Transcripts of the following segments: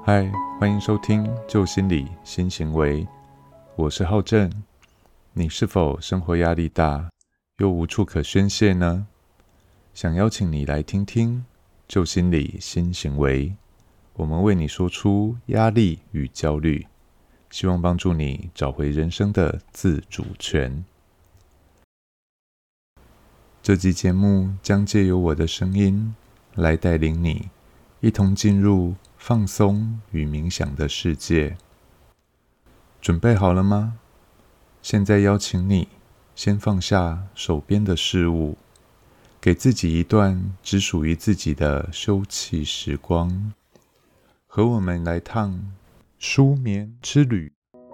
嗨，欢迎收听旧心理新行为，我是浩正。你是否生活压力大，又无处可宣泄呢？想邀请你来听听旧心理新行为，我们为你说出压力与焦虑，希望帮助你找回人生的自主权。这集节目将借由我的声音来带领你一同进入放松与冥想的世界。准备好了吗？现在邀请你先放下手边的事物，给自己一段只属于自己的休憩时光，和我们来趟舒眠之旅。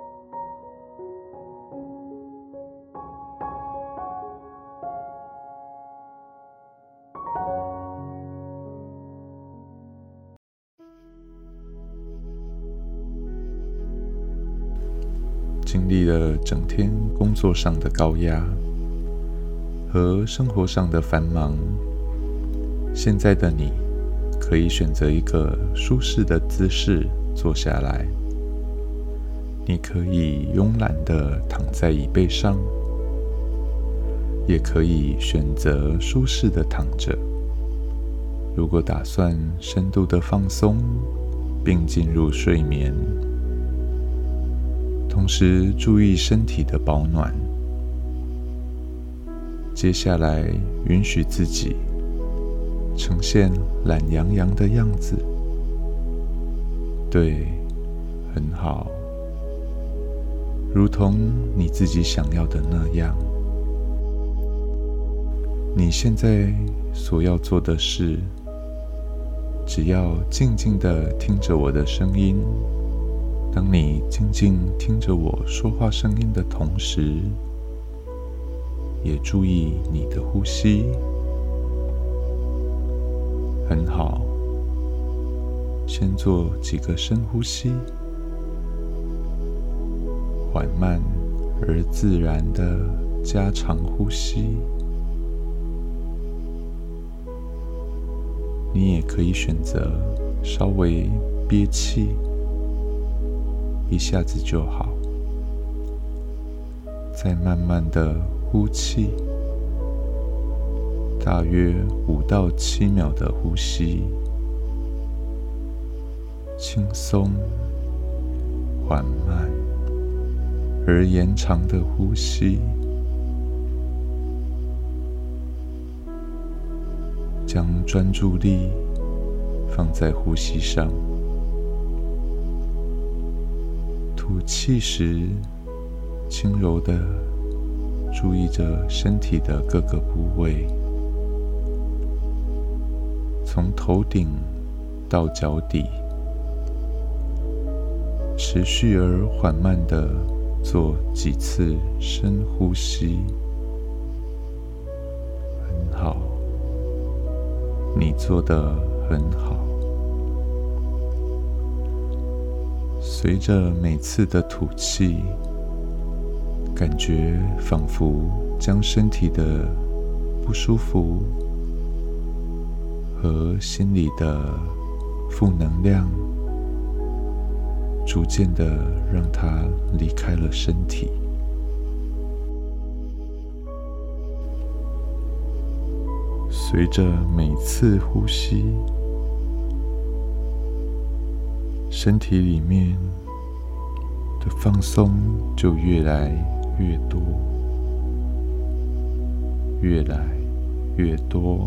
经历了整天工作上的高压和生活上的繁忙，现在的你可以选择一个舒适的姿势坐下来。你可以慵懒地躺在椅背上，也可以选择舒适地躺着。如果打算深度的放松并进入睡眠，同时注意身体的保暖。接下来允许自己呈现懒洋洋的样子。对，很好，如同你自己想要的那样。你现在所要做的事，只要静静地听着我的声音。当你静静听着我说话声音的同时，也注意你的呼吸。很好，先做几个深呼吸，缓慢而自然的加长呼吸。你也可以选择稍微憋气，一下子就好，再慢慢的呼气，大约5到7秒的呼吸，轻松、缓慢而延长的呼吸，将专注力放在呼吸上。吐气时，轻柔地注意着身体的各个部位，从头顶到脚底，持续而缓慢地做几次深呼吸。很好，你做得很好。随着每次的吐气，感觉仿佛将身体的不舒服和心里的负能量，逐渐的让它离开了身体。随着每次呼吸，身体里面的放松就越来越多，越来越多。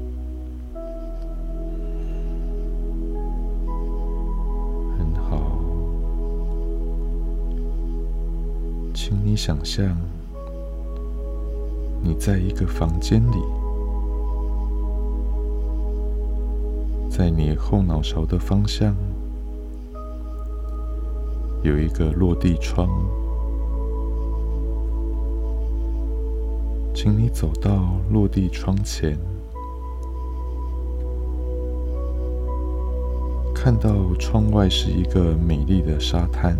很好，请你想象你在一个房间里，在你后脑勺的方向有一个落地窗，请你走到落地窗前，看到窗外是一个美丽的沙滩，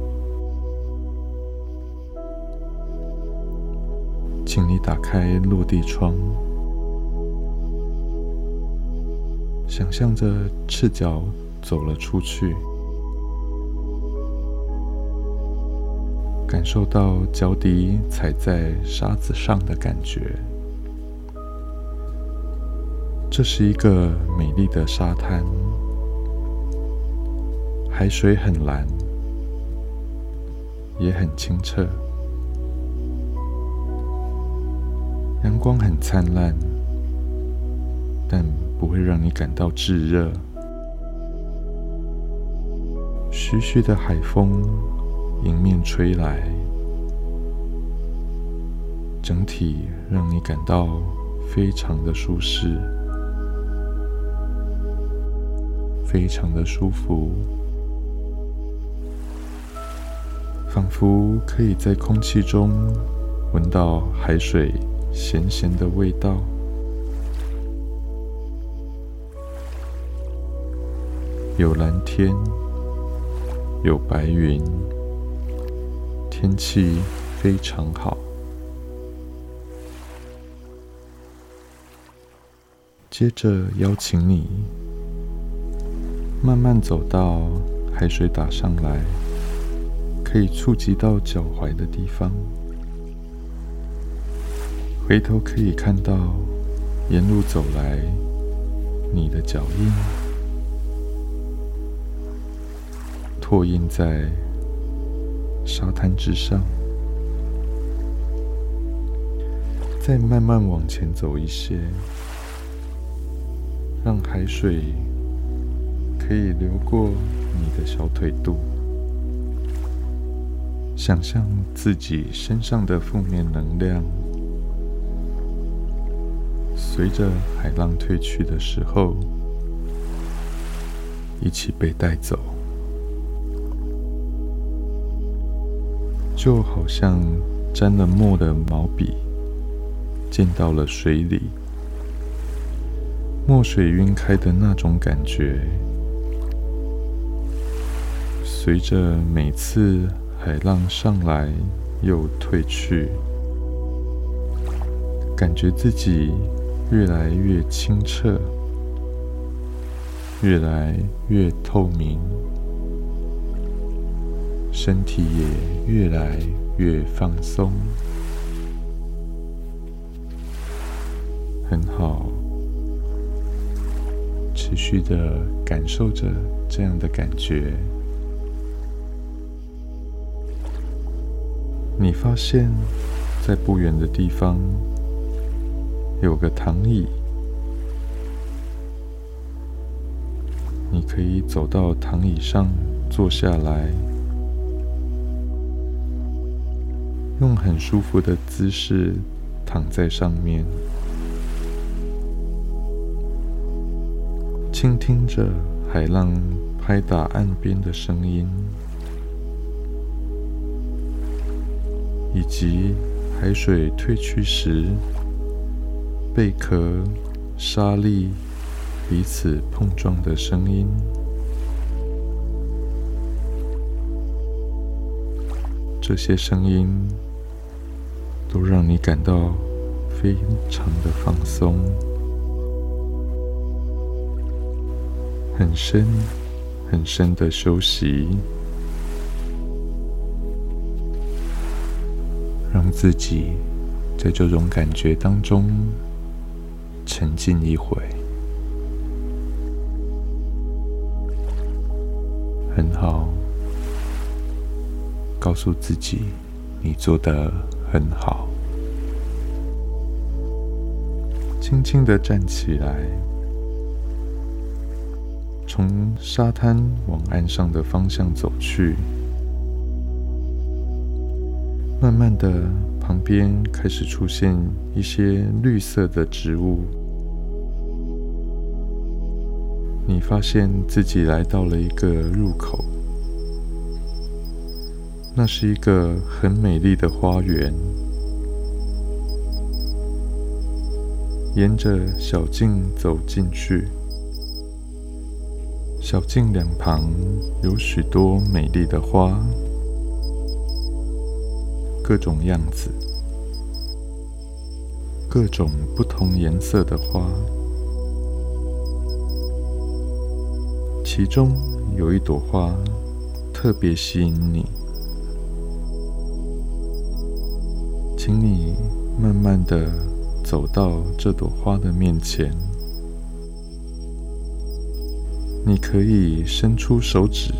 请你打开落地窗，想象着赤脚走了出去， 感受到脚底踩在沙子上的感觉。这是一个美丽的沙滩，海水很蓝，也很清澈，阳光很灿烂，但不会让你感到炙热。徐徐的海风迎面吹来，整体让你感到非常的舒适，非常的舒服，仿佛可以在空气中闻到海水咸咸的味道。有蓝天，有白云，天气非常好。接着邀请你慢慢走到海水打上来可以触及到脚踝的地方，回头可以看到沿路走来你的脚印，拓印在沙滩之上。再慢慢往前走一些，让海水可以流过你的小腿肚，想象自己身上的负面能量随着海浪退去的时候一起被带走，就好像沾了墨的毛笔溅到了水里，墨水晕开的那种感觉，随着每次海浪上来又退去，感觉自己越来越清澈，越来越透明，身体也越来越放松。很好，持续的感受着这样的感觉。你发现在不远的地方有个躺椅，你可以走到躺椅上坐下来，用很舒服的姿势躺在上面，倾听着海浪拍打岸边的声音，以及海水退去时贝壳、沙粒彼此碰撞的声音。这些声音都让你感到非常的放松，很深很深的休息，让自己在这种感觉当中沉浸一会。很好，告诉自己你做得很好。轻轻地站起来，从沙滩往岸上的方向走去。慢慢的，旁边开始出现一些绿色的植物。你发现自己来到了一个入口，那是一个很美丽的花园。沿着小径走进去，小径两旁有许多美丽的花，各种样子，各种不同颜色的花。其中有一朵花特别吸引你， 请你慢慢的走到这朵花的面前，你可以伸出手指，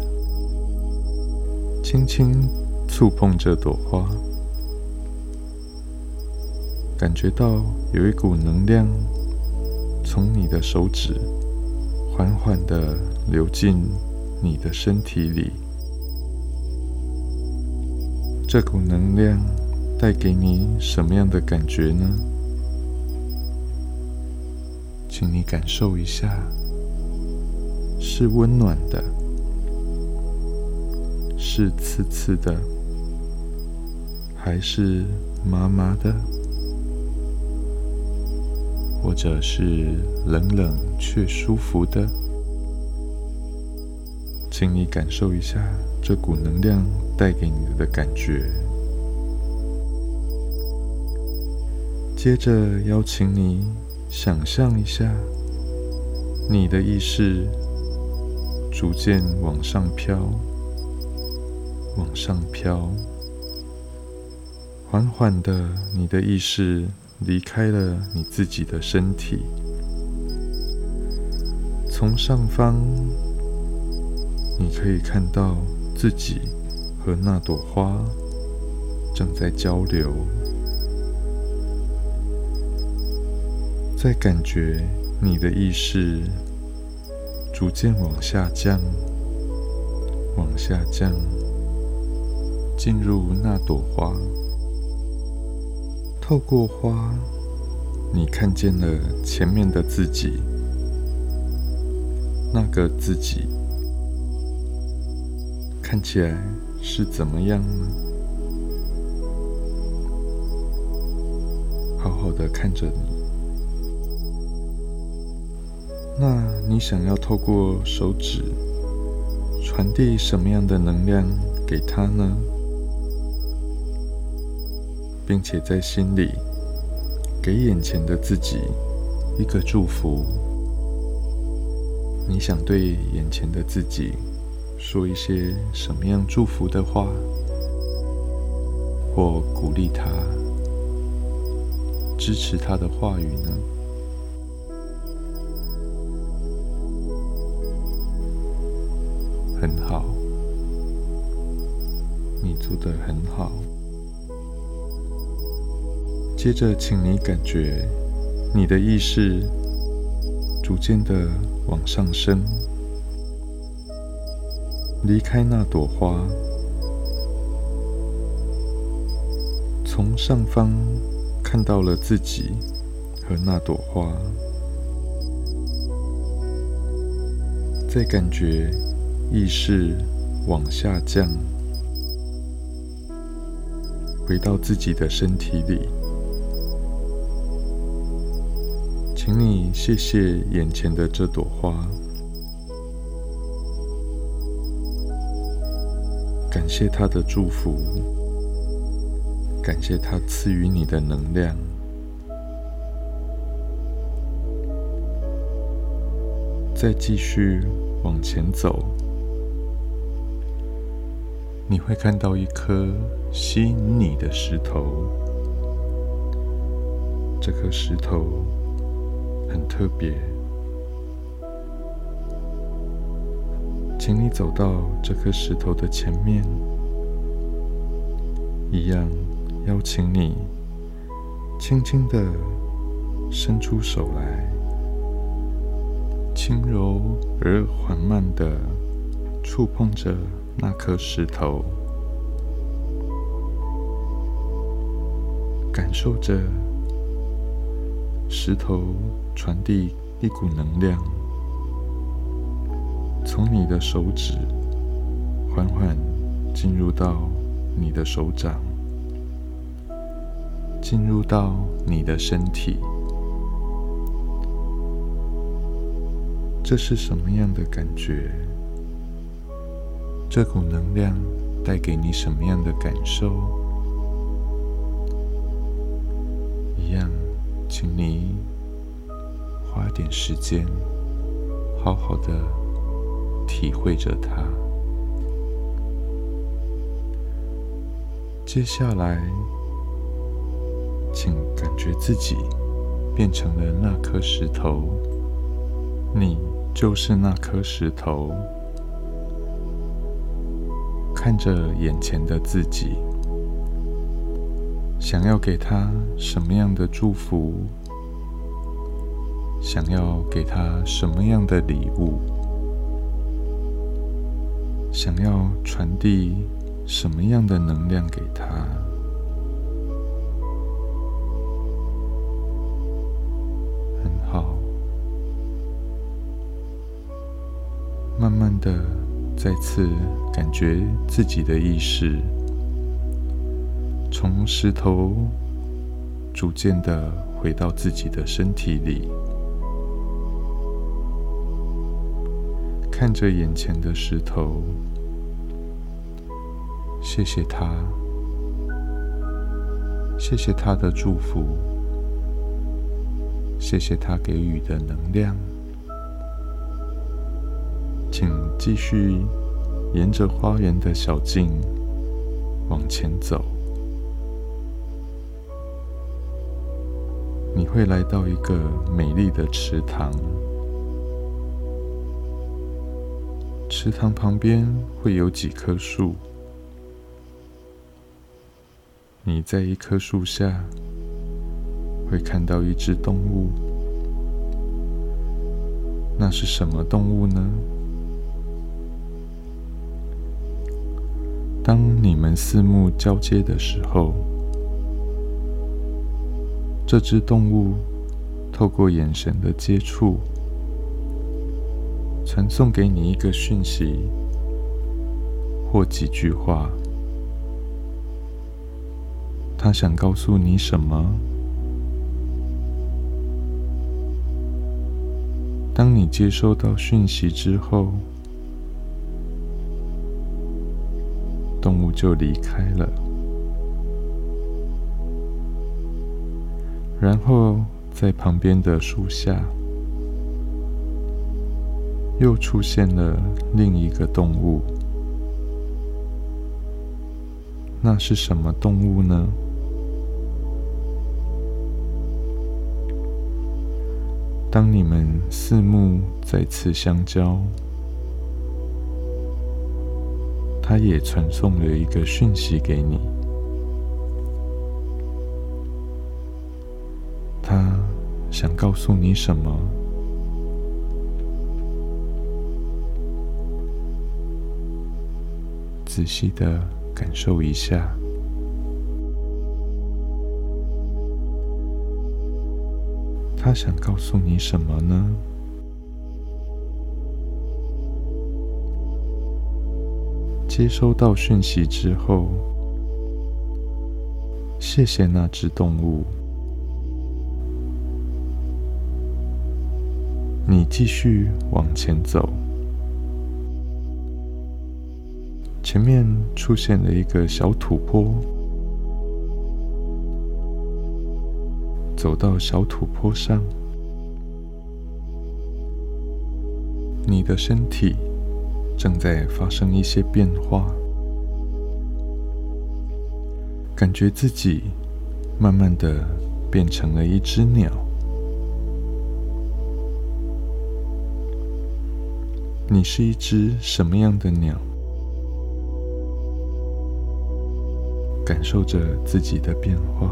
轻轻触碰这朵花，感觉到有一股能量从你的手指缓缓地流进你的身体里。这股能量带给你什么样的感觉呢？请你感受一下，是温暖的，是刺刺的，还是麻麻的，或者是冷冷却舒服的？请你感受一下这股能量带给你的感觉。接着邀请你想象一下，你的意识逐渐往上飘，往上飘，缓缓的，你的意识离开了你自己的身体。从上方，你可以看到自己和那朵花正在交流，再感觉你的意识逐渐往下降，往下降，进入那朵花。透过花，你看见了前面的自己，那个自己看起来是怎么样呢？好好的看着你。那你想要透过手指传递什么样的能量给他呢？并且在心里给眼前的自己一个祝福。你想对眼前的自己说一些什么样祝福的话，或鼓励他、支持他的话语呢？很好，你做得很好。接着，请你感觉你的意识逐渐的往上升，离开那朵花，从上方看到了自己和那朵花，再感觉意识往下降，回到自己的身体里。请你谢谢眼前的这朵花，感谢它的祝福，感谢它赐予你的能量。再继续往前走，你会看到一颗吸引你的石头。这颗石头很特别，请你走到这颗石头的前面，一样邀请你轻轻地伸出手来，轻柔而缓慢地触碰着那颗石头，感受着石头传递一股能量，从你的手指缓缓进入到你的手掌，进入到你的身体。这是什么样的感觉？这股能量带给你什么样的感受？一样，请你花点时间，好好的体会着它。接下来， 觉自己变成了那颗石头，你就是那颗石头。看着眼前的自己，想要给他什么样的祝福？想要给他什么样的礼物？想要传递什么样的能量给他？很好，慢慢的再次感觉自己的意识从石头逐渐的回到自己的身体里，看着眼前的石头，谢谢他，谢谢他的祝福，谢谢他给予的能量。请继续沿着花园的小径往前走，你会来到一个美丽的池塘。池塘旁边会有几棵树，你在一棵树下会看到一只动物。那是什么动物呢？当你们四目交接的时候，这只动物透过眼神的接触，传送给你一个讯息或几句话。它想告诉你什么？当你接收到讯息之后，动物就离开了，然后在旁边的树下又出现了另一个动物。那是什么动物呢？当你们四目再次相交，它也传送了一个讯息给你。它想告诉你什么？仔细的感受一下。它想告诉你什么呢？接收到讯息之后，谢谢那只动物。你继续往前走，前面出现了一个小土坡，走到小土坡上，你的身体正在发生一些变化，感觉自己慢慢的变成了一只鸟。你是一只什么样的鸟？感受着自己的变化。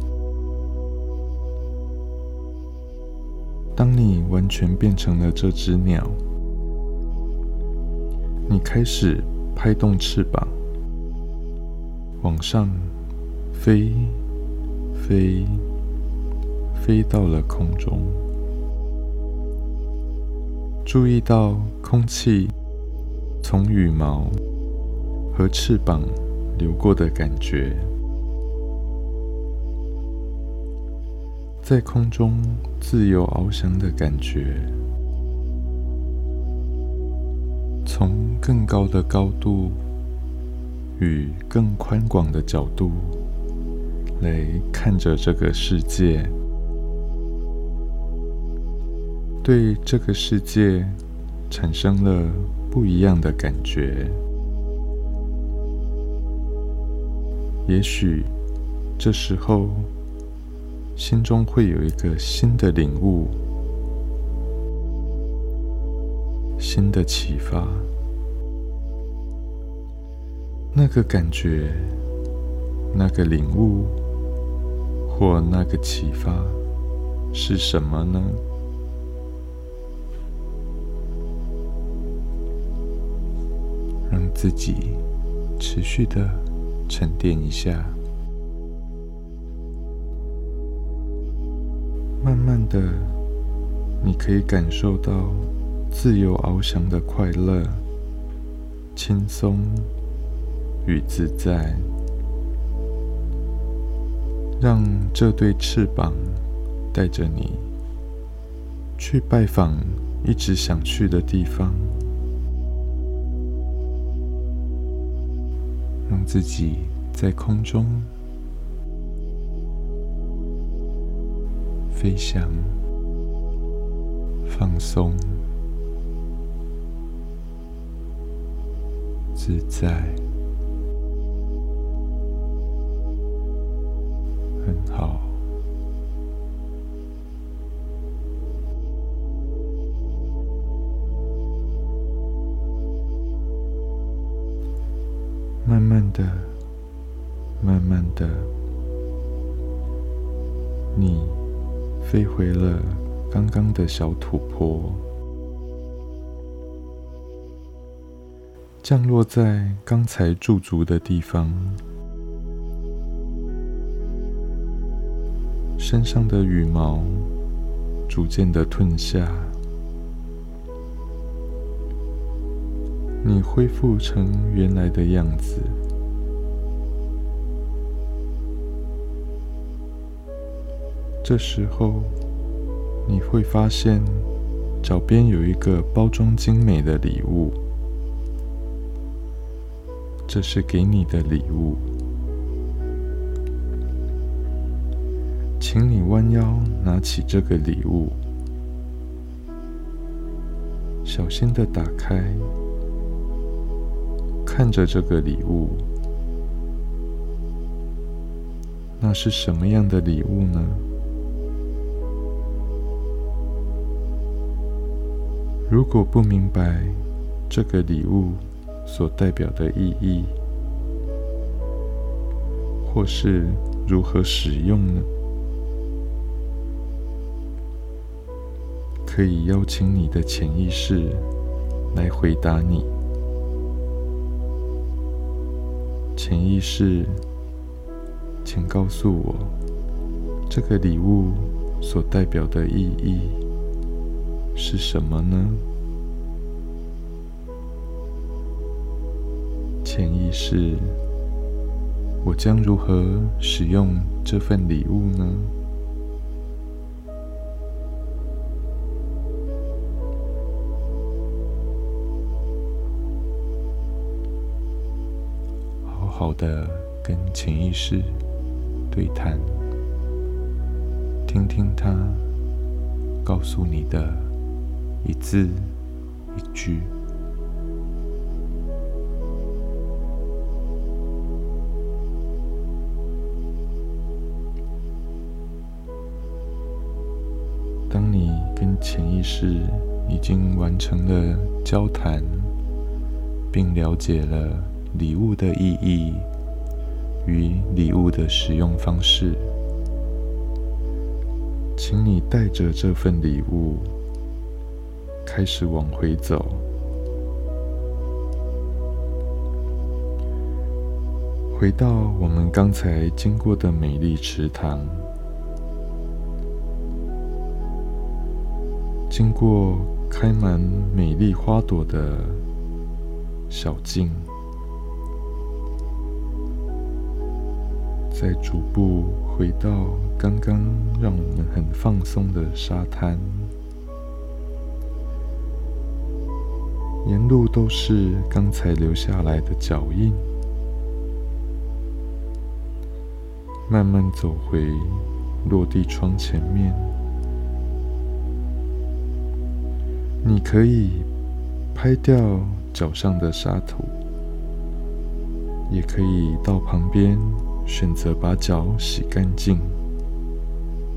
当你完全变成了这只鸟，你开始拍动翅膀，往上飞，飞到了空中。注意到空气从羽毛和翅膀流过的感觉，在空中自由翱翔的感觉，从更高的高度与更宽广的角度来看着这个世界，对这个世界产生了不一样的感觉。也许这时候心中会有一个新的领悟、新的启发。那个感觉、那个领悟或那个启发是什么呢？让自己持续的沉淀一下，慢慢的，你可以感受到自由翱翔的快乐、轻松与自在。让这对翅膀带着你去拜访一直想去的地方，让自己在空中飞翔、放松、自在。很好，慢慢的，慢慢的，你飞回了刚刚的小土坡，降落在刚才驻足的地方。身上的羽毛逐渐的褪下，你恢复成原来的样子。这时候，你会发现脚边有一个包装精美的礼物，这是给你的礼物。请你弯腰拿起这个礼物，小心地打开，看着这个礼物。那是什么样的礼物呢？如果不明白这个礼物所代表的意义，或是如何使用呢？可以邀请你的潜意识来回答你。潜意识，请告诉我，这个礼物所代表的意义是什么呢？潜意识，我将如何使用这份礼物呢？好好的跟潜意识对谈，听听它告诉你的一字一句。当你跟潜意识已经完成了交谈，并了解了礼物的意义与礼物的使用方式，请你带着这份礼物开始往回走，回到我们刚才经过的美丽池塘，经过开满美丽花朵的小径，再逐步回到刚刚让我们很放松的沙滩，沿路都是刚才留下来的脚印，慢慢走回落地窗前面。你可以拍掉脚上的沙土，也可以到旁边选择把脚洗干净。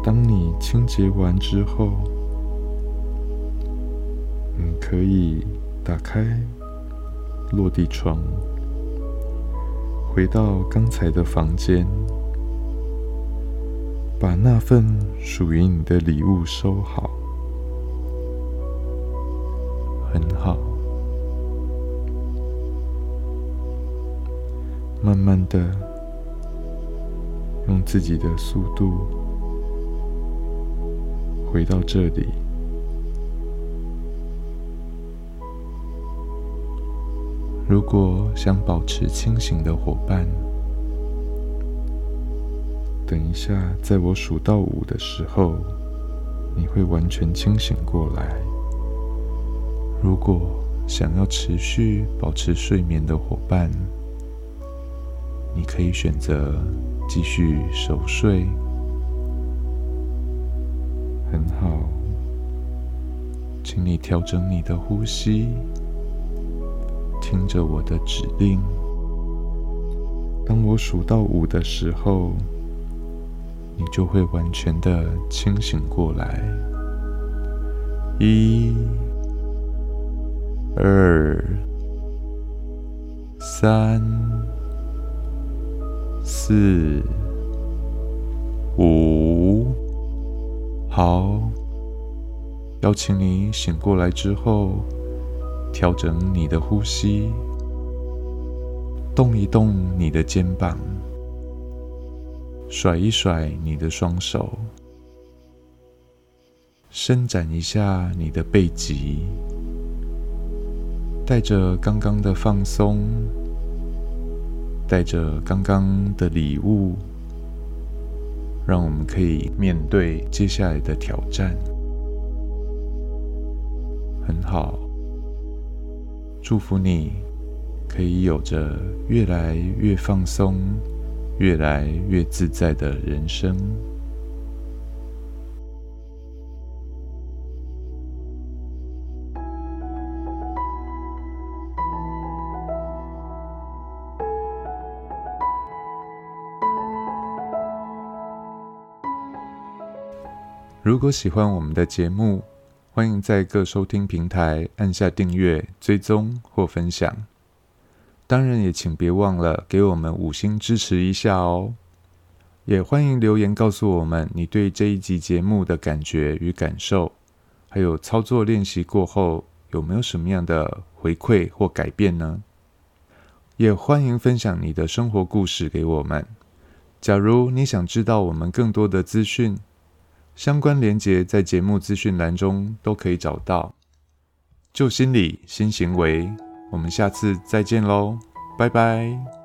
当你清洁完之后，你可以打开落地窗，回到刚才的房间，把那份属于你的礼物收好。很好。慢慢的用自己的速度回到这里。如果想保持清醒的伙伴，等一下在我数到5的时候，你会完全清醒过来。如果想要持续保持睡眠的伙伴，你可以选择继续熟睡。很好，请你调整你的呼吸，听着我的指令。当我数到5的时候，你就会完全的清醒过来。1、2、3、4、5。好，邀请你醒过来之后，调整你的呼吸，动一动你的肩膀，甩一甩你的双手，伸展一下你的背脊，带着刚刚的放松，带着刚刚的礼物，让我们可以面对接下来的挑战。很好，祝福你可以有着越来越放松、越来越自在的人生。如果喜欢我们的节目，欢迎在各收听平台按下订阅、追踪或分享。当然也请别忘了给我们5星支持一下哦。也欢迎留言告诉我们你对这一集节目的感觉与感受，还有操作练习过后有没有什么样的回馈或改变呢？也欢迎分享你的生活故事给我们。假如你想知道我们更多的资讯，相关连结在节目资讯栏中都可以找到。旧心理新行为，我们下次再见喽，拜拜。